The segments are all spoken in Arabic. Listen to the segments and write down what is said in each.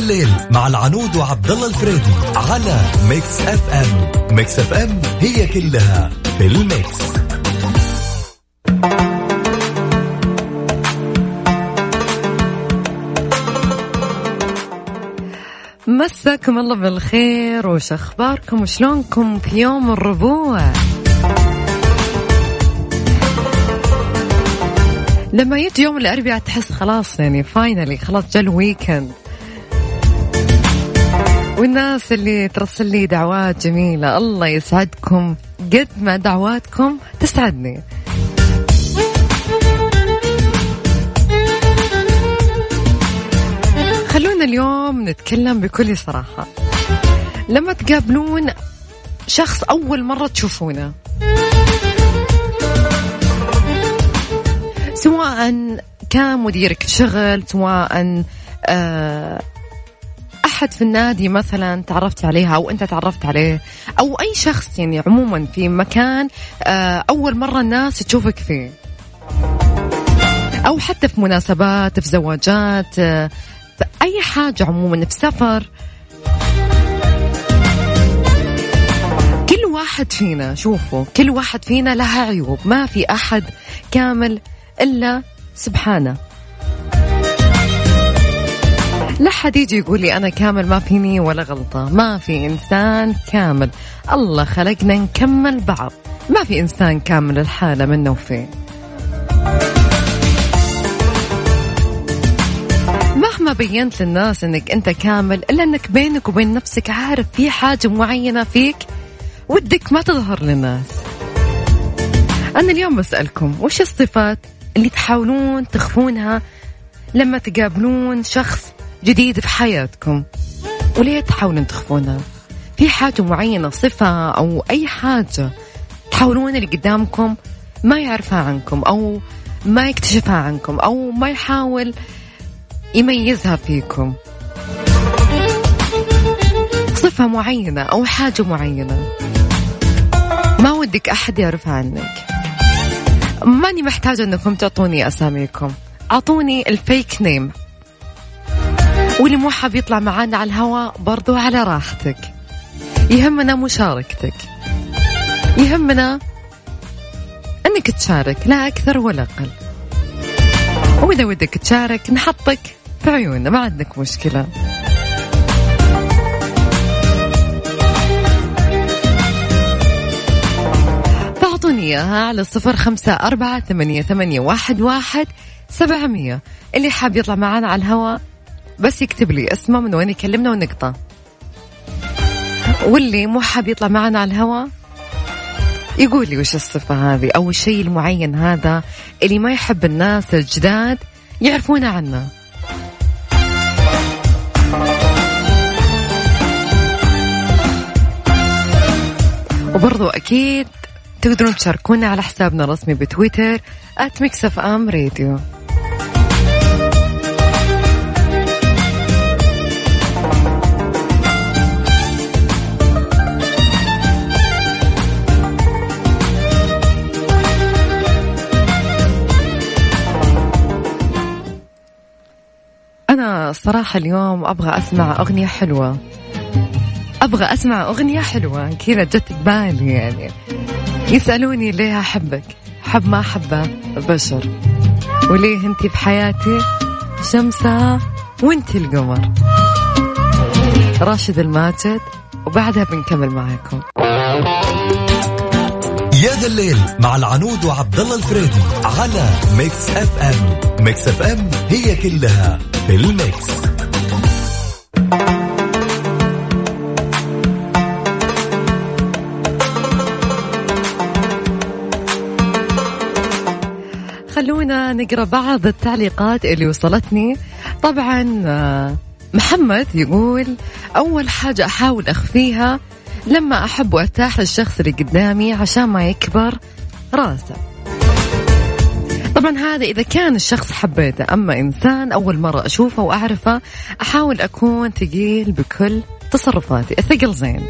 الليل مع العنود وعبد الله الفريدي على ميكس اف ام. ميكس اف ام هي كلها في الميكس. مساكم الله بالخير، وش اخباركم وشلونكم في يوم الربوع؟ لما يجي يوم الأربعاء تحس خلاص يعني فاينلي خلاص جاء الويكند، والناس اللي ترسل لي دعوات جميلة الله يسعدكم قد ما دعواتكم تسعدني. خلونا اليوم نتكلم بكل صراحة. لما تقابلون شخص أول مرة تشوفونه، سواء كان مديرك شغل، سواء أحد في النادي مثلا تعرفت عليها أو أنت تعرفت عليه، أو أي شخص يعني عموما في مكان أول مرة الناس تشوفك فيه، أو حتى في مناسبات، في زواجات، في أي حاجة عموما، في سفر. كل واحد فينا شوفوا، كل واحد فينا لها عيوب، ما في أحد كامل إلا سبحانه. لا حد يجي يقول لي أنا كامل، ما فيني ولا غلطة، ما في إنسان كامل، الله خلقنا نكمل بعض، ما في إنسان كامل الحالة منه وفيه. مهما بينت للناس أنك أنت كامل، إلا أنك بينك وبين نفسك عارف في حاجة معينة فيك ودك ما تظهر للناس. أنا اليوم بسألكم وش الصفات اللي تحاولون تخفونها لما تقابلون شخص جديد في حياتكم؟ وليه تحاولون تخفونها؟ في حاجة معينة، صفة أو أي حاجة تحاولون اللي قدامكم ما يعرفها عنكم، أو ما يكتشفها عنكم، أو ما يحاول يميزها فيكم؟ صفة معينة أو حاجة معينة ما ودك أحد يعرفها عنك. ماني محتاجة أنكم تعطوني أساميكم، أعطوني الفيك نيم، واللي مو حاب يطلع معانا على الهواء برضو على راحتك. يهمنا مشاركتك، يهمنا أنك تشارك، لا أكثر ولا أقل. وإذا ودك تشارك نحطك في عيوننا، ما عندك مشكلة. أعطوني إياها على 0548811700. اللي حاب يطلع معنا على الهواء بس يكتب لي اسمه، من وين يكلمنا ونقطة. واللي مو حاب يطلع معنا على الهواء يقول لي وش الصفة هذه أو الشيء المعين هذا اللي ما يحب الناس الجداد يعرفونه عنه. وبرضو أكيد تقدرون تشاركونا على حسابنا الرسمي بتويتر @mixfmradio. أنا الصراحة اليوم أبغى أسمع أغنية حلوة، أبغى أسمع أغنية حلوة كذا جت ببالي. يعني يسألوني ليه أحبك، حب ما أحبه بشر، وليه أنتي بحياتي شمسة وأنتي القمر. راشد الماجد، وبعدها بنكمل معاكم. يا ذا الليل مع العنود وعبد الله الفريدي على ميكس اف ام. ميكس اف ام هي كلها في الميكس. خلونا نقرأ بعض التعليقات اللي وصلتني. طبعا محمد يقول أول حاجة أحاول أخفيها لما أحب وأرتاح للشخص اللي قدامي عشان ما يكبر راسه. طبعا هذا إذا كان الشخص حبيته، أما إنسان أول مرة أشوفه وأعرفه أحاول أكون ثقيل بكل تصرفاتي. الثقل زين.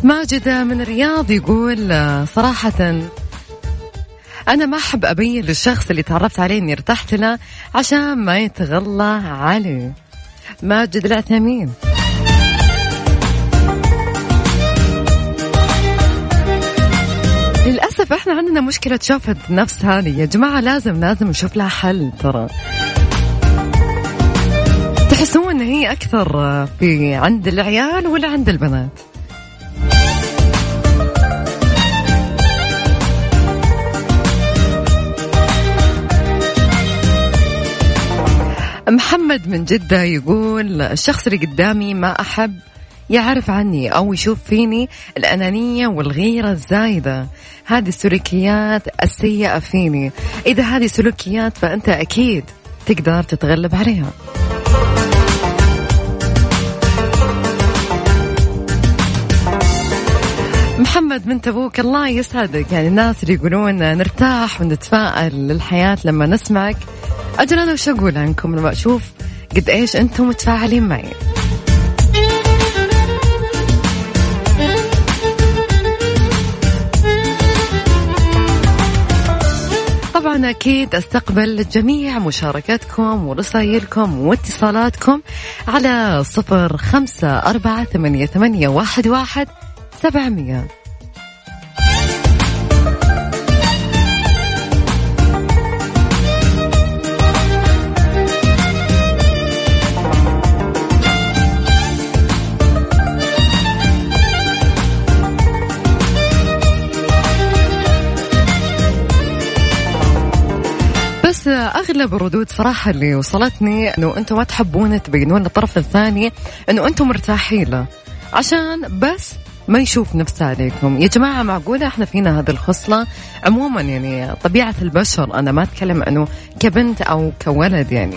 ماجد من الرياض يقول صراحة أنا ما أحب أبين للشخص اللي تعرفت عليه إني ارتحت له عشان ما يتغلى عليه. ماجد العثيمين. للأسف إحنا عندنا مشكلة شوفة النفس هذه يا جماعة، لازم نشوف لها حل. ترى تحسون إن هي أكثر في عند العيال ولا عند البنات؟ محمد من جدة يقول الشخص اللي قدامي ما أحب يعرف عني أو يشوف فيني الأنانية والغيرة الزايدة، هذه السلوكيات السيئة فيني. إذا هذه سلوكيات فأنت أكيد تقدر تتغلب عليها. محمد من تبوك الله يسعدك. يعني الناس اللي يقولون نرتاح ونتفائل للحياة لما نسمعك، أجل أنا وش أقول عنكم لما أشوف قد إيش أنتم متفاعلين معي. طبعا أكيد أستقبل جميع مشاركاتكم ورسائلكم واتصالاتكم على 0548811700. بس أغلب الردود صراحة اللي وصلتني أنه أنتم ما تحبون تبينون الطرف الثاني أنه أنتم مرتاحين له عشان بس ما يشوف نفسه عليكم. يا جماعة معقولة إحنا فينا هذه الخصلة عموما؟ يعني طبيعة البشر، أنا ما أتكلم أنه كبنت أو كولد. يعني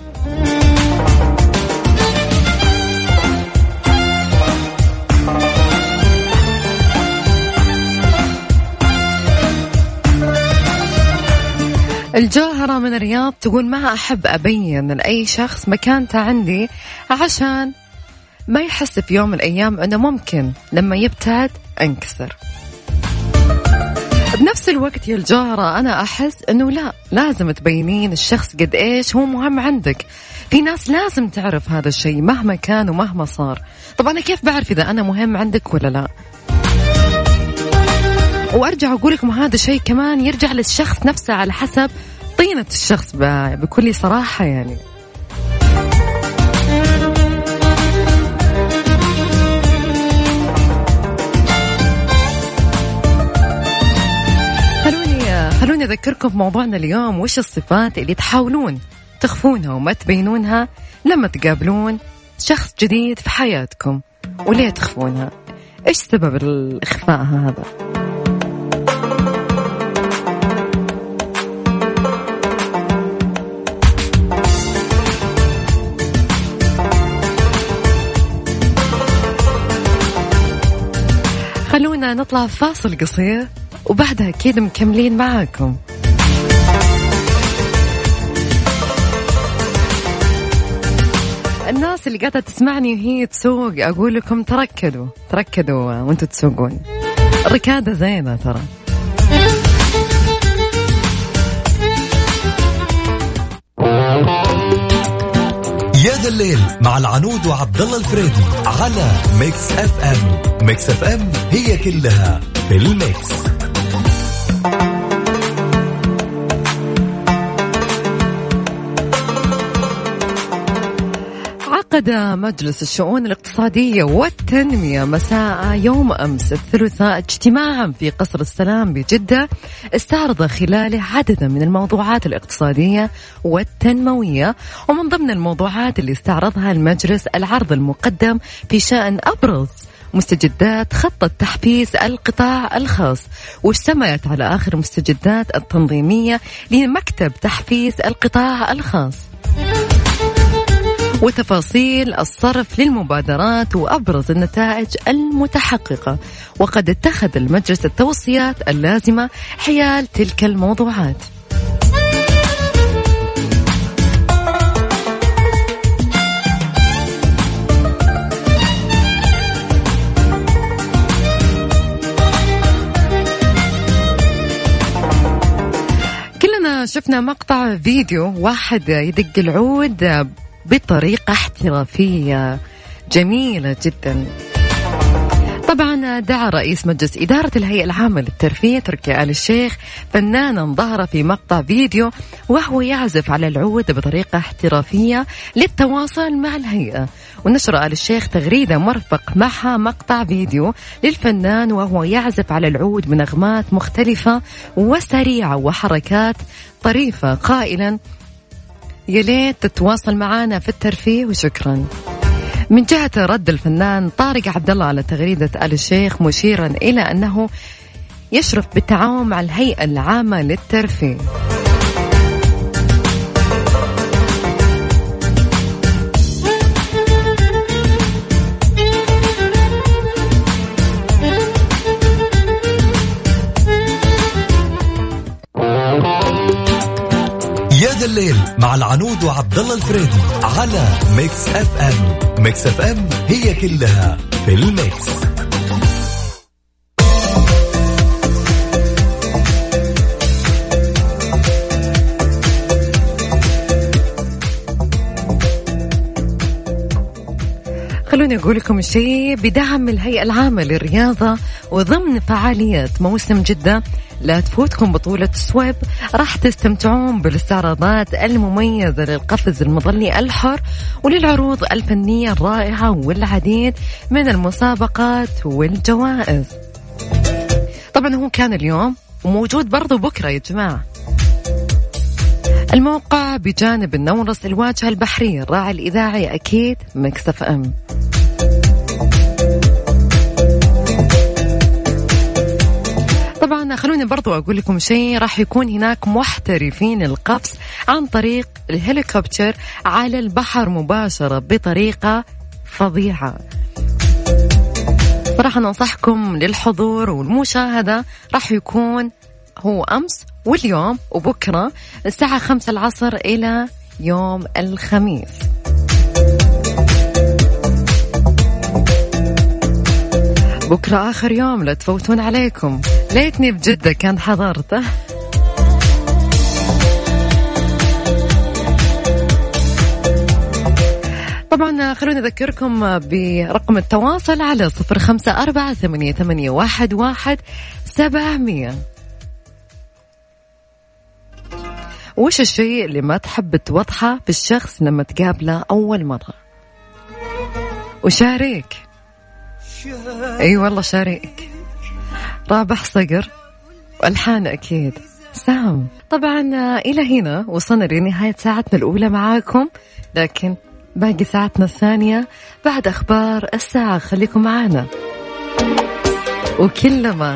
الجوهرة من الرياض تقول ما أحب أبين لأي شخص مكانته عندي عشان ما يحس في يوم من الأيام أنه ممكن لما يبتعد أنكسر. بنفس الوقت يا الجوهرة أنا أحس أنه لا، لازم تبينين الشخص قد إيش هو مهم عندك. في ناس لازم تعرف هذا الشيء مهما كان ومهما صار. طب أنا كيف بعرف إذا أنا مهم عندك ولا لا؟ وأرجع أقول لكم هذا الشيء كمان يرجع للشخص نفسه على حسب طينة الشخص بكل صراحة. يعني خلوني أذكركم بموضوعنا اليوم. وش الصفات اللي تحاولون تخفونها وما تبينونها لما تقابلون شخص جديد في حياتكم؟ وليه تخفونها؟ إيش سبب الإخفاء هذا؟ خلونا نطلع فاصل قصير وبعدها أكيد مكملين معاكم. الناس اللي قاعدة تسمعني وهي تسوق أقول لكم تركدوا وانتوا تسوقون. الركادة زينة ترى. يا ذا الليل مع العنود وعبد الله الفريدي على ميكس اف ام. ميكس اف ام هي كلها في الميكس. عقد مجلس الشؤون الاقتصادية والتنمية مساء يوم أمس الثلاثاء اجتماعا في قصر السلام بجدة استعرض خلاله عددا من الموضوعات الاقتصادية والتنموية. ومن ضمن الموضوعات اللي استعرضها المجلس العرض المقدم في شأن أبرز مستجدات خطة تحفيز القطاع الخاص، واشتملت على آخر مستجدات التنظيمية لمكتب تحفيز القطاع الخاص وتفاصيل الصرف للمبادرات وأبرز النتائج المتحققة. وقد اتخذ المجلس التوصيات اللازمة حيال تلك الموضوعات. طبعا شفنا مقطع فيديو واحد يدق العود بطريقة احترافية جميلة جدا. طبعا دعا رئيس مجلس إدارة الهيئة العامة للترفيه تركي آل الشيخ فنانا ظهر في مقطع فيديو وهو يعزف على العود بطريقة احترافية للتواصل مع الهيئة. ونشر آل الشيخ تغريدة مرفق معها مقطع فيديو للفنان وهو يعزف على العود بنغمات مختلفة وسريعة وحركات طريفة قائلا يا ليت تتواصل معنا في الترفيه وشكرا. من جهة رد الفنان طارق عبد الله على تغريدة آل الشيخ مشيرا إلى أنه يشرف بالتعاون مع الهيئة العامة للترفيه. يا ذا الليل مع العنود وعبد الله الفريدي على ميكس اف ام. ميكس اف ام هي كلها في الميكس. خلوني أقول لكم شيء. بدعم الهيئة العامة للرياضة وضمن فعاليات موسم جدة لا تفوتكم بطولة سويب، راح تستمتعون بالاستعراضات المميزة للقفز المظلي الحر وللعروض الفنية الرائعة والعديد من المسابقات والجوائز. طبعا هو كان اليوم وموجود برضو بكرة يا جماعة. الموقع بجانب النورس الواجهة البحرية، الراعي الإذاعي أكيد ميكس اف ام. طبعا خلوني برضو أقول لكم شيء، راح يكون هناك محترفين القفز عن طريق الهليكوبتر على البحر مباشرة بطريقة فظيعة. صراحة ننصحكم للحضور والمشاهدة. راح يكون هو أمس واليوم وبكرة الساعة 5 العصر إلى يوم الخميس. بكرة آخر يوم لا تفوتون عليكم. ليتني بجدة كان حضرته. طبعا خلوني أذكركم برقم التواصل على 0548811700. وش الشيء اللي ما تحب توضحه في الشخص لما تقابله أول مرة؟ وشاريك. أي والله شاريك. رابح صقر والحان أكيد سام. طبعا إلى هنا وصلنا لنهاية ساعتنا الأولى معاكم، لكن باقي ساعتنا الثانية بعد أخبار الساعة. خليكم معانا. وكلما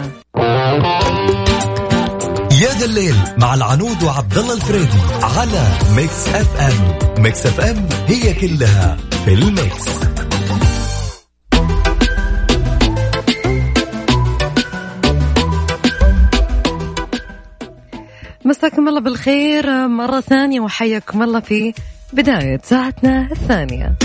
يا ذا الليل مع العنود وعبد الله الفريدي على ميكس اف ام. ميكس اف ام هي كلها في الميكس. مساكم الله بالخير مرة ثانية وحياكم الله في بداية ساعتنا الثانية.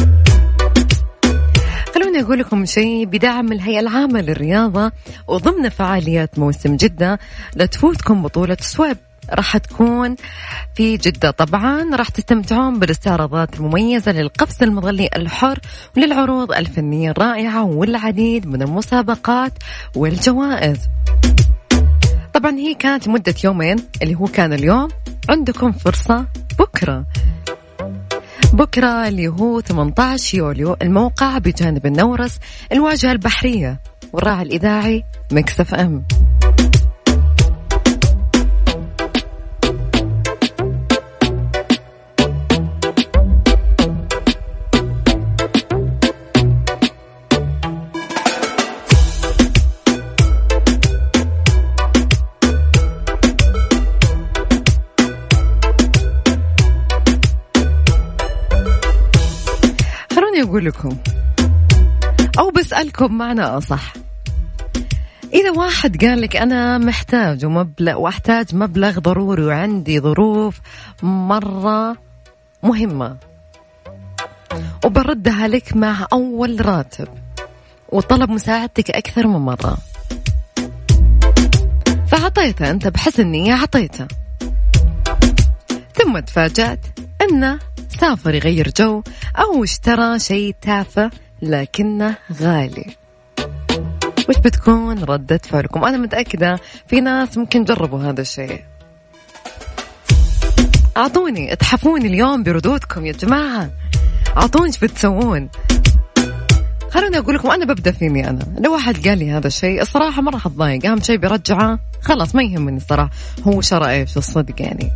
خلوني أقول لكم شيء. بدعم الهيئة العامة للرياضة وضمن فعاليات موسم جدة لا تفوتكم بطولة سويب، راح تكون في جدة. طبعا راح تستمتعون بالاستعراضات المميزة للقفز المظلي الحر وللعروض الفنية الرائعة والعديد من المسابقات والجوائز. طبعا هي كانت مدة يومين اللي هو كان اليوم. عندكم فرصة بكرة اللي هو 18 يوليو. الموقع بجانب النورس الواجهة البحرية والراعي الإذاعي ميكس اف ام. أقول لكم أو بسألكم معنى أصح، إذا واحد قال لك أنا محتاج وأحتاج مبلغ ضروري وعندي ظروف مرة مهمة وبردها لك مع أول راتب وطلب مساعدتك أكثر من مرة، فعطيته أنت بحسن نية عطيته، ثم تفاجأت أنه سافر يغير جو أو اشترى شيء تافه لكنه غالي. وش بتكون ردة فعلكم؟ أنا متأكدة في ناس ممكن جربوا هذا الشيء. أعطوني، اتحفوني اليوم بردودكم يا جماعة، أعطوني ايش بتسوون. خلوني أقول لكم، أنا ببدأ فيني أنا. لو واحد قال لي هذا الشيء الصراحة مرة حتضايق، أهم شيء برجعه خلاص ما يهمني الصراحة هو شرى إيش الصدق يعني.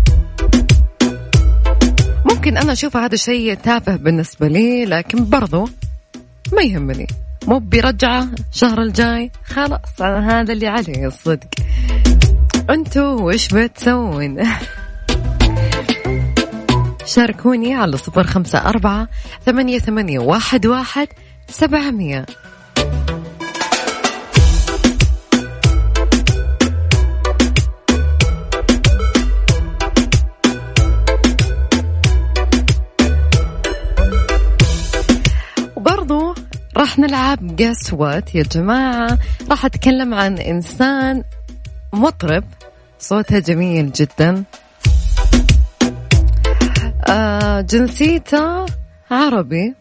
ممكن أنا أشوف هذا الشيء تافه بالنسبة لي، لكن برضو ما يهمني، مو بيرجعه الشهر الجاي خلاص، أنا هذا اللي عليه الصدق. أنتوا وش بتسوون؟ شاركوني على 0548811700. وبرضو راح نلعب قسوات يا جماعة. راح أتكلم عن إنسان مطرب صوته جميل جدا، جنسيته عربي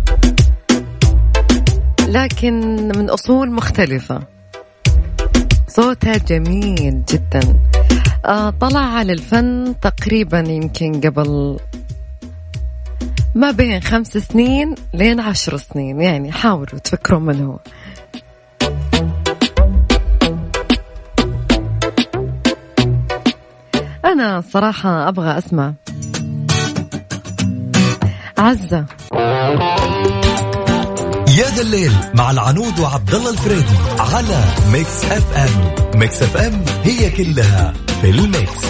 لكن من أصول مختلفة، صوته جميل جدا. طلع على الفن تقريبا يمكن قبل ما بين 5 سنين لين 10 سنين، يعني حاولوا تفكروا من هو. أنا صراحة أبغى أسمع عزة. يا ذا الليل مع العنود وعبد الله الفريدي على ميكس اف ام. ميكس اف ام هي كلها في الميكس.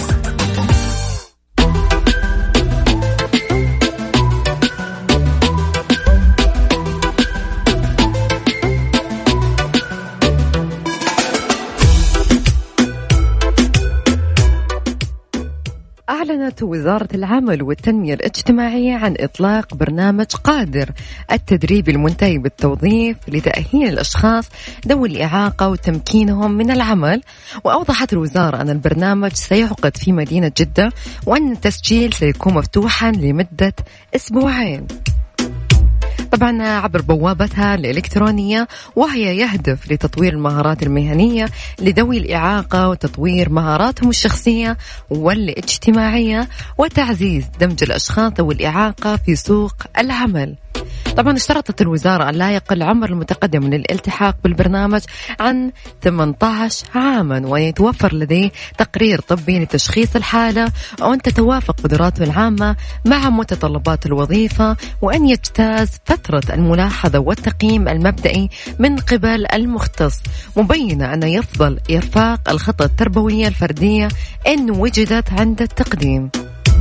أعلنت وزارة العمل والتنمية الاجتماعية عن إطلاق برنامج قادر التدريب المنتهي بالتوظيف لتأهيل الأشخاص ذوي الإعاقة وتمكينهم من العمل. وأوضحت الوزارة أن البرنامج سيعقد في مدينة جدة، وأن التسجيل سيكون مفتوحا لمدة 2 أسبوع طبعا عبر بوابتها الإلكترونية، وهي يهدف لتطوير المهارات المهنية لذوي الإعاقة وتطوير مهاراتهم الشخصية والاجتماعية وتعزيز دمج الأشخاص ذوي الإعاقة في سوق العمل. طبعا اشترطت الوزارة أن لا يقل عمر المتقدم للالتحاق بالبرنامج عن 18 عاما، ويتوفر لديه تقرير طبي لتشخيص الحالة، وأن تتوافق قدراته العامة مع متطلبات الوظيفة، وأن يجتاز فترة الملاحظة والتقييم المبدئي من قبل المختص، مبينة أن يفضل إرفاق الخطة التربوية الفردية إن وجدت عند التقديم.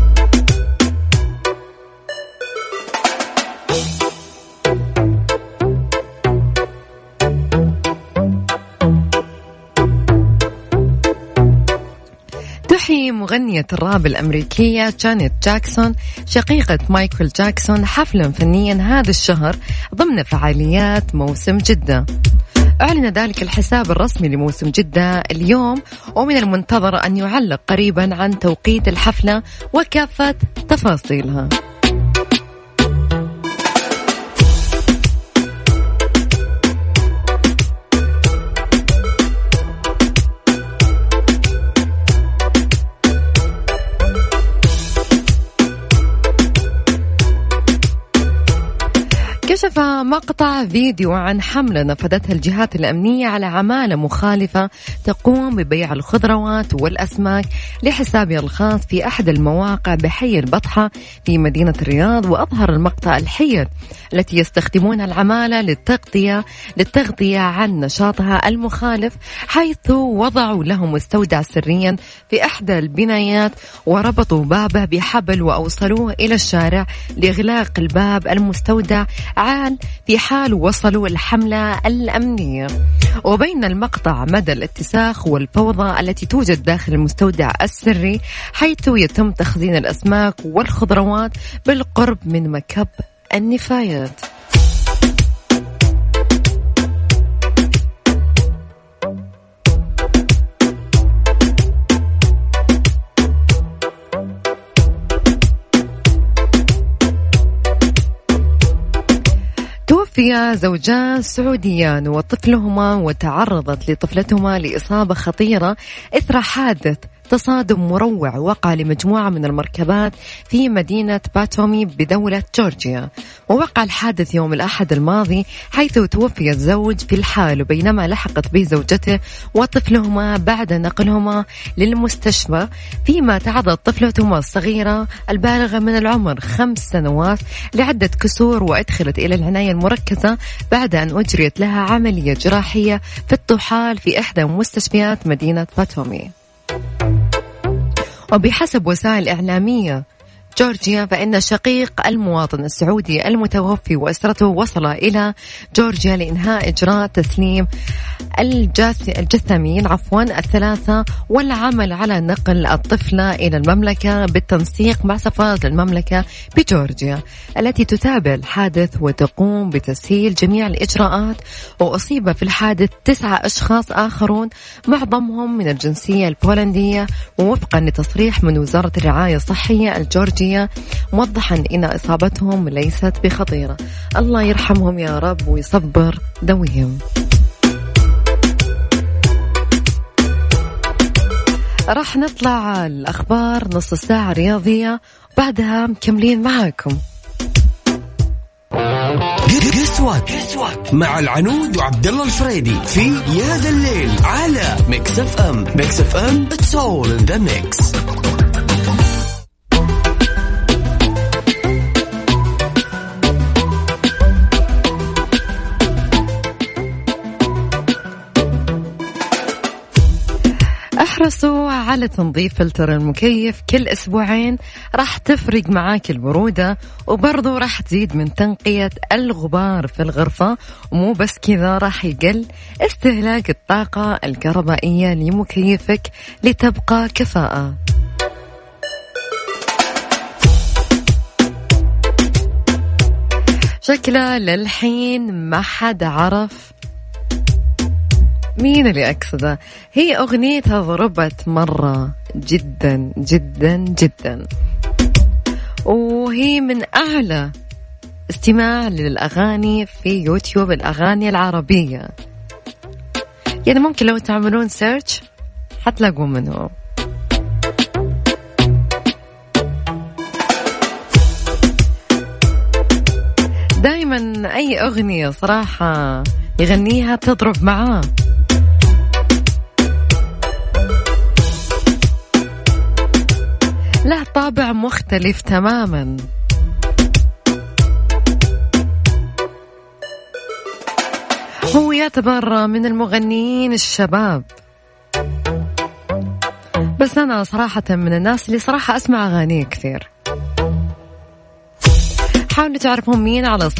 تحيي مغنية الراب الأمريكية جانيت جاكسون شقيقة مايكل جاكسون حفلا فنيا هذا الشهر ضمن فعاليات موسم جدة. أعلن ذلك الحساب الرسمي لموسم جدة اليوم، ومن المنتظر أن يعلق قريبا عن توقيت الحفلة وكافة تفاصيلها. كشف مقطع فيديو عن حملة نفذتها الجهات الأمنية على عمالة مخالفة تقوم ببيع الخضروات والأسماك لحسابها الخاص في أحد المواقع بحي البطحة في مدينة الرياض. وأظهر المقطع الحيل التي يستخدمونها العمالة للتغطية عن نشاطها المخالف، حيث وضعوا له مستودع سريا في إحدى البنايات وربطوا بابه بحبل وأوصلوه إلى الشارع لإغلاق الباب المستودع في حال وصلوا الحملة الأمنية. وبين المقطع مدى الاتساخ والفوضى التي توجد داخل المستودع السري، حيث يتم تخزين الأسماك والخضروات بالقرب من مكب النفايات. توفي زوجان سعوديان وطفلهما، وتعرضت لطفلتهما لإصابة خطيرة إثر حادث تصادم مروع وقع لمجموعة من المركبات في مدينة باتومي بدولة جورجيا. ووقع الحادث يوم الأحد الماضي، حيث توفي الزوج في الحال بينما لحقت به زوجته وطفلهما بعد نقلهما للمستشفى، فيما تعرضت طفلتهما الصغيرة البالغة من العمر 5 سنوات لعدة كسور، وأدخلت إلى العناية المركزة بعد أن أجريت لها عملية جراحية في الطحال في إحدى مستشفيات مدينة باتومي. وبحسب وسائل إعلامية جورجيا، فإن شقيق المواطن السعودي المتوفي وأسرته وصل إلى جورجيا لإنهاء إجراء تسليم الجثامين الثلاثة، والعمل على نقل الطفلة إلى المملكة بالتنسيق مع سفارة المملكة بجورجيا التي تتابع الحادث وتقوم بتسهيل جميع الإجراءات. وأصيب في الحادث 9 أشخاص آخرون معظمهم من الجنسية البولندية، ووفقا لتصريح من وزارة الرعاية الصحية الجورجية موضحا إن إصابتهم ليست بخطيرة. الله يرحمهم يا رب ويصبر ذويهم. راح نطلع الأخبار نص ساعة رياضية، بعدها مكملين معاكم. قسوة مع العنود وعبد الله الفريدي في يا ذا الليل على ميكس اف ام. ميكس اف ام it's all in the mix. احرصوا على تنظيف فلتر المكيف كل أسبوعين، راح تفرق معاك البرودة، وبرضو راح تزيد من تنقية الغبار في الغرفة. ومو بس كذا، راح يقل استهلاك الطاقة الكهربائية لمكيفك لتبقى كفاءة. شكله للحين ما حد عرف مين اللي أقصده. هي أغنيتها ضربت مرة جدا جدا جدا، وهي من أعلى استماع للأغاني في يوتيوب، الأغاني العربية. يعني ممكن لو تعملون سيرش حتلاقوا منه. دايما أي أغنية صراحة يغنيها تضرب معاه. له طابع مختلف تماما. هو يعتبر من المغنيين الشباب، بس أنا صراحة من الناس اللي صراحة أسمع أغانيه كثير. حاولوا تعرفون مين على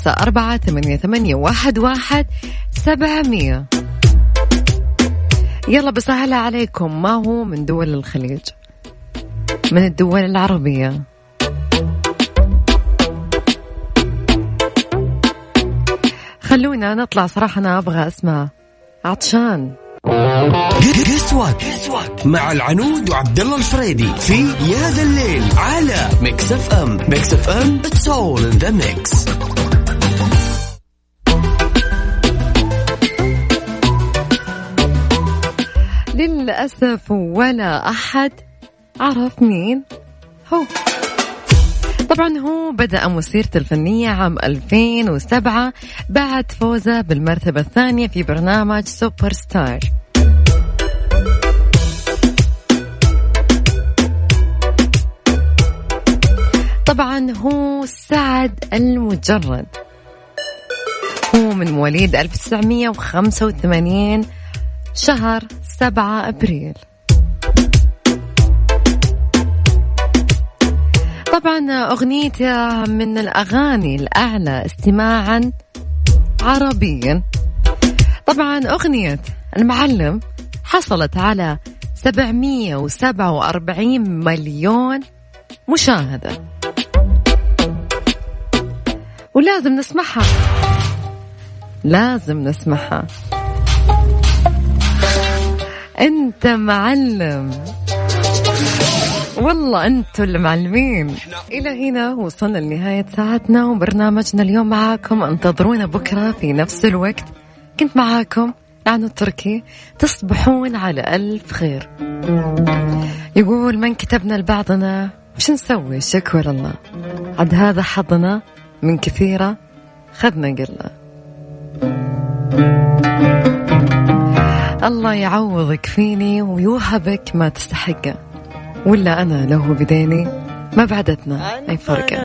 0548811700. يلا بسهلها عليكم، ما هو من دول الخليج، من الدول العربية. خلونا نطلع، صراحة أنا أبغى أسمع عطشان. قسوة مع العنود وعبد الله الفريدي في يا ذا الليل على ميكس اف ام. ميكس اف ام it's all in the mix. للأسف ولا أحد عرف مين هو. طبعا هو بدأ مسيرته الفنية عام 2007 بعد فوزه بالمرتبة الثانية في برنامج سوبر ستار. طبعا هو سعد المجرد، هو من مواليد 1985 شهر 7 أبريل. طبعا أغنيته من الأغاني الأعلى استماعا عربيا. طبعا أغنية المعلم حصلت على 747 مليون مشاهدة، ولازم نسمعها، لازم نسمعها. أنت معلم. والله أنتوا المعلمين. إلى هنا وصلنا لنهاية ساعتنا وبرنامجنا اليوم معاكم. انتظرونا بكرة في نفس الوقت. كنت معاكم عنود تركي. تصبحون على ألف خير. يقول من كتبنا لبعضنا وش نسوي؟ شكر الله عد هذا حظنا من كثيرة خذنا قلة. الله يعوضك فيني ويوهبك ما تستحقه، ولا أنا له بديني ما بعدتنا أي فرقة.